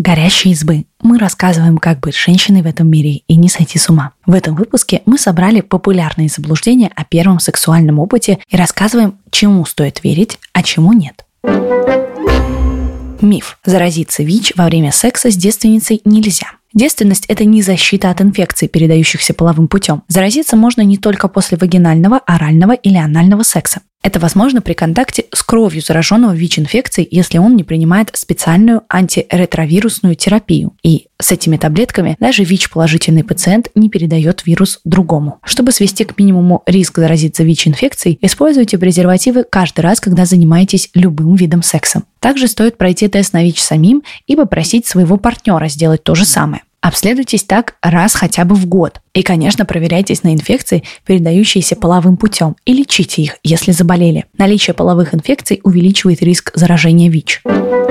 «Горящие избы». Мы рассказываем, как быть женщиной в этом мире и не сойти с ума. В этом выпуске мы собрали популярные заблуждения о первом сексуальном опыте и рассказываем, чему стоит верить, а чему нет. Миф. Заразиться ВИЧ во время секса с девственницей нельзя. Девственность – это не защита от инфекций, передающихся половым путем. Заразиться можно не только после вагинального, орального или анального секса. Это возможно при контакте с кровью зараженного ВИЧ-инфекцией, если он не принимает специальную антиретровирусную терапию. И с этими таблетками даже ВИЧ-положительный пациент не передает вирус другому. Чтобы свести к минимуму риск заразиться ВИЧ-инфекцией, используйте презервативы каждый раз, когда занимаетесь любым видом секса. Также стоит пройти тест на ВИЧ самим и попросить своего партнера сделать то же самое. Обследуйтесь так раз хотя бы в год. И, конечно, проверяйтесь на инфекции, передающиеся половым путем, и лечите их, если заболели. Наличие половых инфекций увеличивает риск заражения ВИЧ.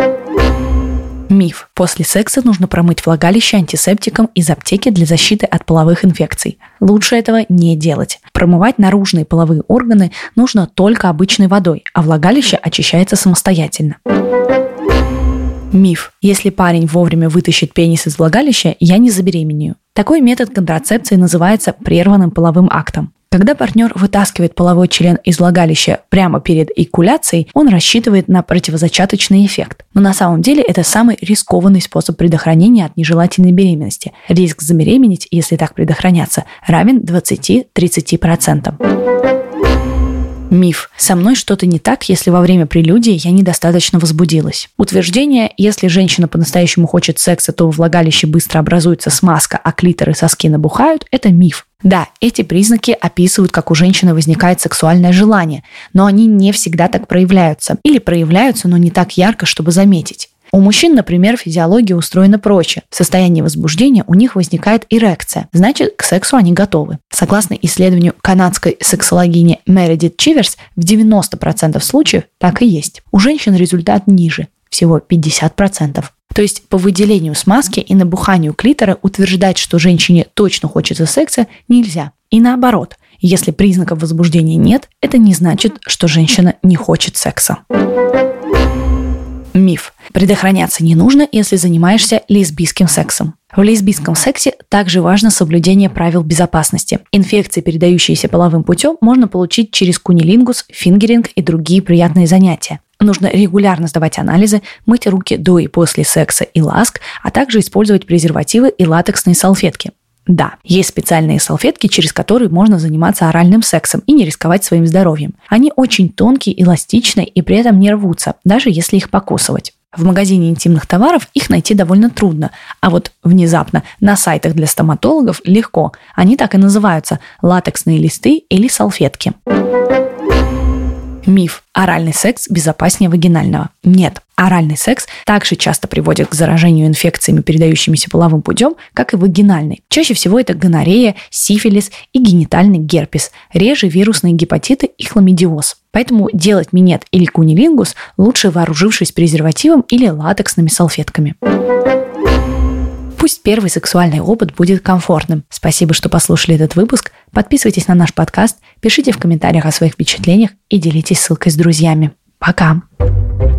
Миф. После секса нужно промыть влагалище антисептиком из аптеки для защиты от половых инфекций. Лучше этого не делать. Промывать наружные половые органы нужно только обычной водой, а влагалище очищается самостоятельно. Миф. Если парень вовремя вытащит пенис из влагалища, я не забеременею. Такой метод контрацепции называется прерванным половым актом. Когда партнер вытаскивает половой член из влагалища прямо перед эякуляцией, он рассчитывает на противозачаточный эффект. Но на самом деле это самый рискованный способ предохранения от нежелательной беременности. Риск забеременеть, если так предохраняться, равен 20-30%. Миф. Со мной что-то не так, если во время прелюдии я недостаточно возбудилась. Утверждение, если женщина по-настоящему хочет секса, то в влагалище быстро образуется смазка, а клитор и соски набухают – это миф. Да, эти признаки описывают, как у женщины возникает сексуальное желание, но они не всегда так проявляются. Или проявляются, но не так ярко, чтобы заметить. У мужчин, например, физиология устроена проще. В состоянии возбуждения у них возникает эрекция, значит, к сексу они готовы. Согласно исследованию канадской сексологини Мередит Чиверс, в 90% случаев так и есть. У женщин результат ниже, всего 50%. То есть по выделению смазки и набуханию клитора утверждать, что женщине точно хочется секса, нельзя. И наоборот, если признаков возбуждения нет, это не значит, что женщина не хочет секса. Миф. Предохраняться не нужно, если занимаешься лесбийским сексом. В лесбийском сексе также важно соблюдение правил безопасности. Инфекции, передающиеся половым путем, можно получить через куннилингус, фингеринг и другие приятные занятия. Нужно регулярно сдавать анализы, мыть руки до и после секса и ласк, а также использовать презервативы и латексные салфетки. Да, есть специальные салфетки, через которые можно заниматься оральным сексом и не рисковать своим здоровьем. Они очень тонкие, эластичные и при этом не рвутся, даже если их покусывать. В магазине интимных товаров их найти довольно трудно, а вот внезапно на сайтах для стоматологов легко. Они так и называются – латексные листы или салфетки. Миф. Оральный секс безопаснее вагинального. Нет. Оральный секс также часто приводит к заражению инфекциями, передающимися половым путем, как и вагинальный. Чаще всего это гонорея, сифилис и генитальный герпес, реже вирусные гепатиты и хламидиоз. Поэтому делать минет или куннилингус лучше, вооружившись презервативом или латексными салфетками. Пусть первый сексуальный опыт будет комфортным. Спасибо, что послушали этот выпуск. Подписывайтесь на наш подкаст, пишите в комментариях о своих впечатлениях и делитесь ссылкой с друзьями. Пока!